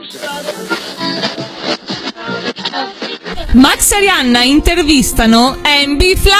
Max e Arianna intervistano MB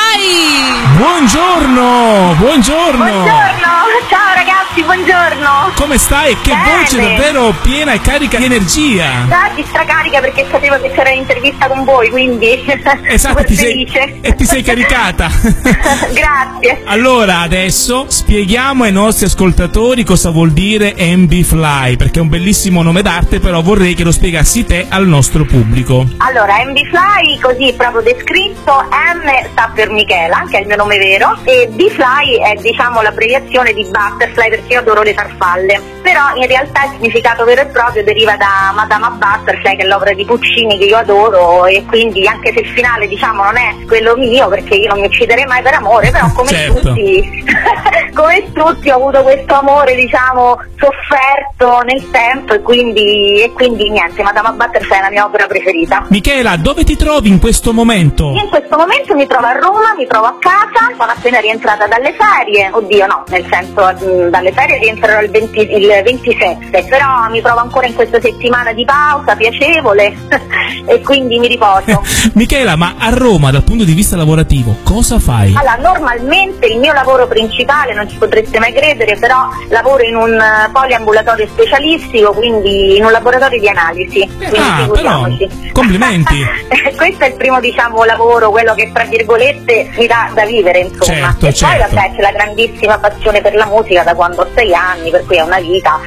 Fly. Buongiorno. Buongiorno, ciao ragazzi, buongiorno. Come stai? Che Bene. voce davvero piena e carica di energia. Dai, stracarica perché sapevo che c'era un'intervista con voi, quindi Esatto, super felice. ti sei caricata. Grazie. Allora, adesso spieghiamo ai nostri ascoltatori cosa vuol dire MB Fly, perché è un bellissimo nome d'arte, però vorrei che lo spiegassi te al nostro pubblico. Allora, MB Fly, così proprio descritto, M sta per Michela, che è il mio nome vero, e B-Fly è diciamo l'abbreviazione di Butterfly, perché io adoro le farfalle. Però in realtà il significato vero e proprio deriva da Madama Butterfly, che è l'opera di Puccini che io adoro, e quindi anche se il finale diciamo non è quello mio, perché io non mi ucciderei mai per amore, però come Certo. come tutti ho avuto questo amore diciamo sofferto nel tempo, e quindi niente, Madama Butterfly è la mia opera preferita. Michela, dove ti trovi in questo momento? Io in questo momento mi trovo a Roma, mi trovo a casa, sono appena rientrata dalle ferie, oddio no, nel senso dalle ferie rientrerò il 27, però mi trovo ancora in questa settimana di pausa piacevole e quindi mi riposo. Michela, ma a Roma dal punto di vista lavorativo cosa fai? Allora, normalmente il mio lavoro principale, non ci potreste mai credere, però lavoro in un poliambulatorio specialistico, quindi in un laboratorio di analisi, quindi Però, figuriamoci. complimenti. Questo è il primo diciamo lavoro, quello che tra virgolette mi dà da vivere insomma. Certo, e certo. poi vabbè c'è la grandissima passione per la musica da quando ho 6 anni, per cui è una vita,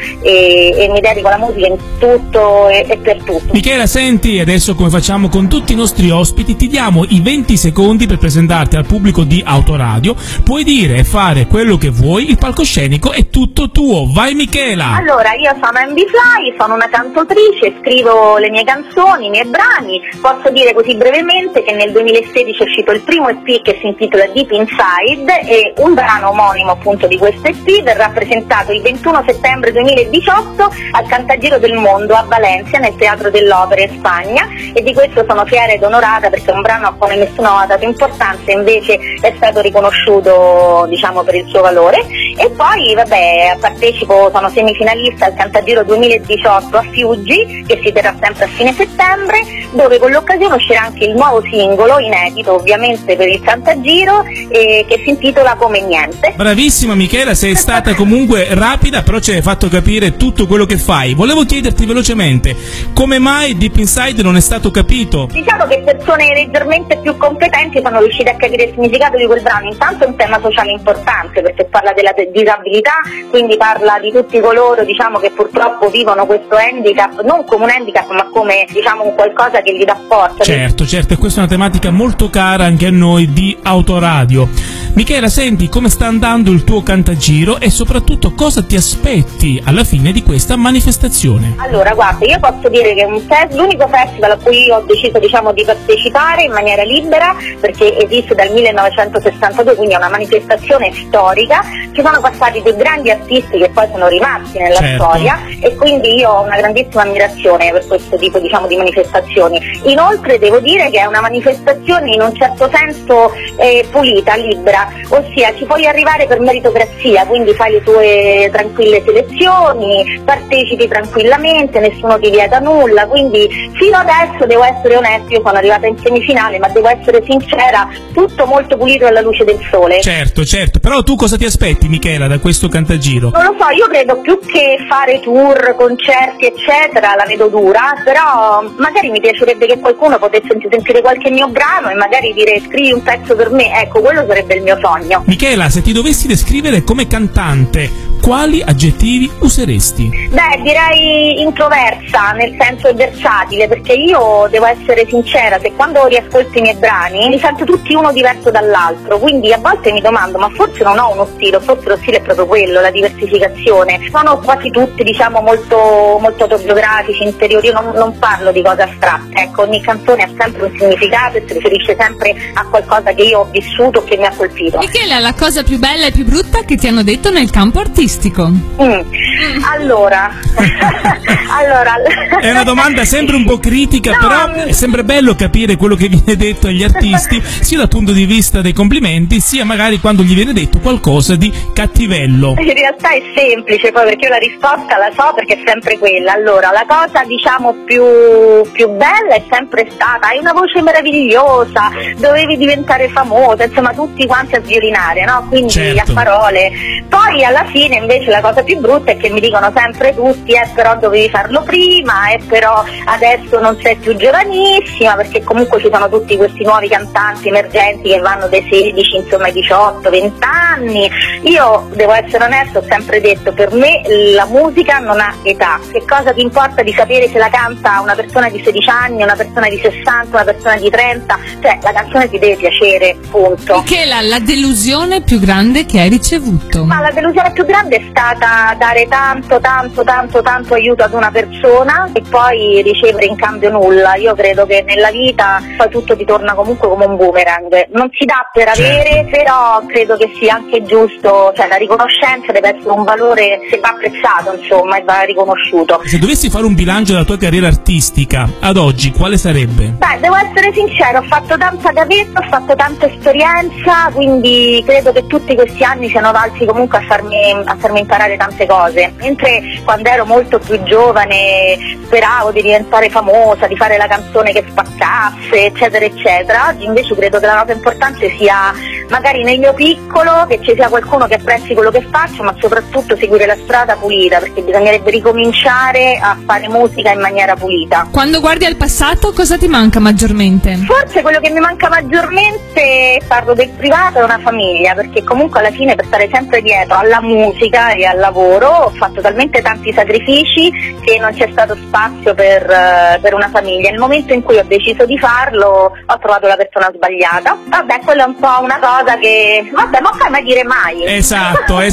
e mi dedico alla musica in tutto e per tutto. Michela, senti, adesso come facciamo con tutti i nostri ospiti, ti diamo i 20 secondi per presentarti al pubblico di Autoradio, puoi dire e fare quello che vuoi, il palcoscenico è tutto tuo, vai Michela! Allora, io sono MB Fly, sono una cantautrice, scrivo le mie canzoni, i miei brani. Posso dire così brevemente che nel 2016 è uscito il primo EP che si intitola Deep Inside, e un brano omonimo appunto di questo EP verrà presentato il 21 settembre 2018 al Cantagiro del Mondo a Valencia, nel Teatro dell'Opera in Spagna, e di questo sono fiera ed onorata perché è un brano a cui nessuno ha dato importanza e invece è stato riconosciuto diciamo per il suo valore. E poi vabbè partecipo, sono semifinalista al Cantagiro 2018 a Fiuggi, che si terrà sempre a fine settembre, dove con l'occasione uscirà anche il nuovo singolo inedito ovviamente per il Cantagiro, che si intitola Come Niente. Bravissima Michela, sei stata comunque rapida, però ci hai fatto capire tutto quello che fai. Volevo chiederti velocemente, come mai Deep Inside non è stato capito? Diciamo che persone leggermente più competenti sono riuscite a capire il significato di quel brano. Intanto è un tema sociale importante perché parla della disabilità, quindi parla di tutti coloro diciamo che purtroppo vivono questo handicap, non come un handicap ma come diciamo un qualcosa che gli dà forza. Certo, e questa è una tematica molto cara anche a noi di Autoradio. Michela, senti, come sta andando il tuo Cantagiro e soprattutto cosa ti aspetti alla fine di questa manifestazione? Allora, guarda, io posso dire che è l'unico festival a cui io ho deciso diciamo di partecipare in maniera libera, perché esiste dal 1962, quindi è una manifestazione storica. Ci sono passati dei grandi artisti che poi sono rimasti nella storia, e quindi io ho una grandissima ammirazione per questo tipo diciamo di manifestazioni. Inoltre devo dire che è una manifestazione in un certo senso pulita, libera, ossia ci puoi arrivare per meritocrazia, quindi fai le tue tranquille selezioni, partecipi tranquillamente, nessuno ti vieta nulla, quindi fino adesso devo essere onesta, io sono arrivata in semifinale, ma devo essere sincera, tutto molto pulito alla luce del sole. Certo, però tu cosa ti aspetti Michela da questo Cantagiro? Non lo so, io credo più che fare tour, concerti eccetera, la vedo dura, però magari mi piacerebbe che qualcuno potesse sentire qualche mio brano e magari dire scrivi un pezzo per me, ecco, quello sarebbe il mio sogno. Michela, se ti dovessi descrivere come cantante, quali aggettivi useresti? Beh, direi introversa, nel senso versatile, perché io devo essere sincera, se quando riascolto i miei brani li sento tutti uno diverso dall'altro, quindi a volte mi domando ma forse non ho uno stile, forse lo stile è proprio quello, la diversificazione. Sono quasi tutti diciamo molto autobiografici, interiori, io non parlo di cose astratte, ecco, ogni canzone ha sempre un significato e si riferisce sempre a qualcosa che io ho vissuto, che mi ha colpito. Michela, la cosa più bella e più brutta che ti hanno detto nel campo artistico? artistico? Allora, è una domanda sempre un po' critica, no, però è sempre bello capire quello che viene detto agli artisti, sia dal punto di vista dei complimenti, sia magari quando gli viene detto qualcosa di cattivello. In realtà è semplice, poi, perché io la risposta la so, perché è sempre quella. Allora, la cosa diciamo più bella è sempre stata: hai una voce meravigliosa, dovevi diventare famosa, insomma tutti quanti a sviolinare, no? Quindi certo, a parole. Poi alla fine invece la cosa più brutta è che mi dicono sempre tutti: però dovevi farlo prima, però adesso non sei più giovanissima, perché comunque ci sono tutti questi nuovi cantanti emergenti che vanno dai 16 insomma ai 18, 20 anni. Io devo essere onesta, ho sempre detto: per me la musica non ha età. Che cosa ti importa di sapere se la canta una persona di 16 anni, una persona di 60, una persona di 30? Cioè, la canzone ti deve piacere, punto. Michela, la delusione più grande che hai ricevuto? Ma la delusione più grande è stata dare tanto aiuto ad una persona e poi ricevere in cambio nulla. Io credo che nella vita poi tutto ti torna comunque come un boomerang. Non si dà per avere, però credo che sia anche giusto, cioè la riconoscenza deve essere un valore che va apprezzato, insomma, e va riconosciuto. Se dovessi fare un bilancio della tua carriera artistica ad oggi, quale sarebbe? Beh, devo essere sincera, ho fatto tanta gavetta, ho fatto tanta esperienza, quindi credo che tutti questi anni siano valsi comunque a farmi imparare tante cose. Mentre quando ero molto più giovane speravo di diventare famosa, di fare la canzone che spaccasse, eccetera eccetera, oggi invece credo che la cosa importante sia magari nel mio piccolo che ci sia qualcuno che apprezzi quello che faccio, ma soprattutto seguire la strada pulita, perché bisognerebbe ricominciare a fare musica in maniera pulita. Quando guardi al passato, cosa ti manca maggiormente? Forse quello che mi manca maggiormente, parlo del privato, è una famiglia, perché comunque alla fine per stare sempre dietro alla musica e al lavoro ho fatto talmente tanti sacrifici che non c'è stato spazio per una famiglia. Nel momento in cui ho deciso di farlo ho trovato la persona sbagliata. Vabbè, quella è un po' una cosa che, vabbè, ma fai mai dire mai. Esatto. Mai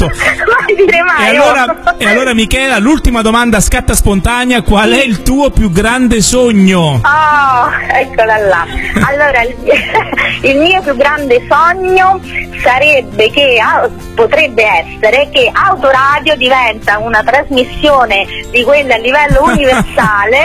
dire mai. E allora Michela, l'ultima domanda scatta spontanea: qual è il tuo più grande sogno? Oh, eccola là. Allora, il mio più grande sogno sarebbe che, potrebbe essere che Autoradio diventa una trasmissione di quelle a livello universale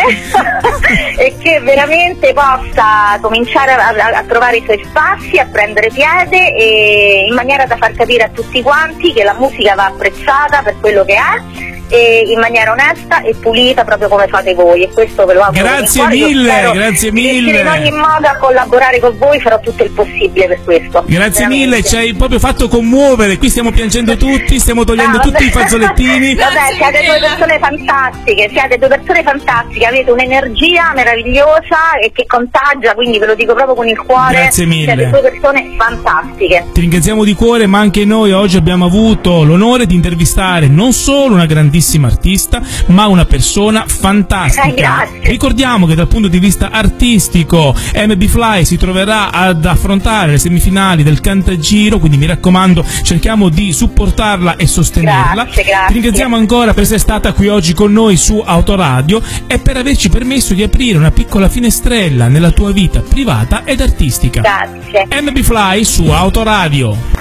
e che veramente possa cominciare a trovare i suoi spazi, a prendere piede, e in maniera da far capire a tutti quanti che la musica va apprezzata per quello che è, e in maniera onesta e pulita, proprio come fate voi, e questo ve lo auguro. Grazie mille. In ogni modo a collaborare con voi, farò tutto il possibile per questo. Grazie mille, ci hai proprio fatto commuovere. Qui stiamo piangendo tutti, stiamo togliendo tutti i fazzolettini. Vabbè, siete due persone fantastiche, avete un'energia meravigliosa e che contagia, quindi ve lo dico proprio con il cuore. Grazie mille. Siete due persone fantastiche. Ti ringraziamo di cuore, ma anche noi oggi abbiamo avuto l'onore di intervistare non solo una grandissima artista, ma una persona fantastica. Grazie. Ricordiamo che dal punto di vista artistico MB Fly si troverà ad affrontare le semifinali del Cantagiro, quindi mi raccomando, cerchiamo di supportarla e sostenerla. Grazie. Ti ringraziamo ancora per essere stata qui oggi con noi su Autoradio e per averci permesso di aprire una piccola finestrella nella tua vita privata ed artistica. Grazie. MB Fly su Autoradio.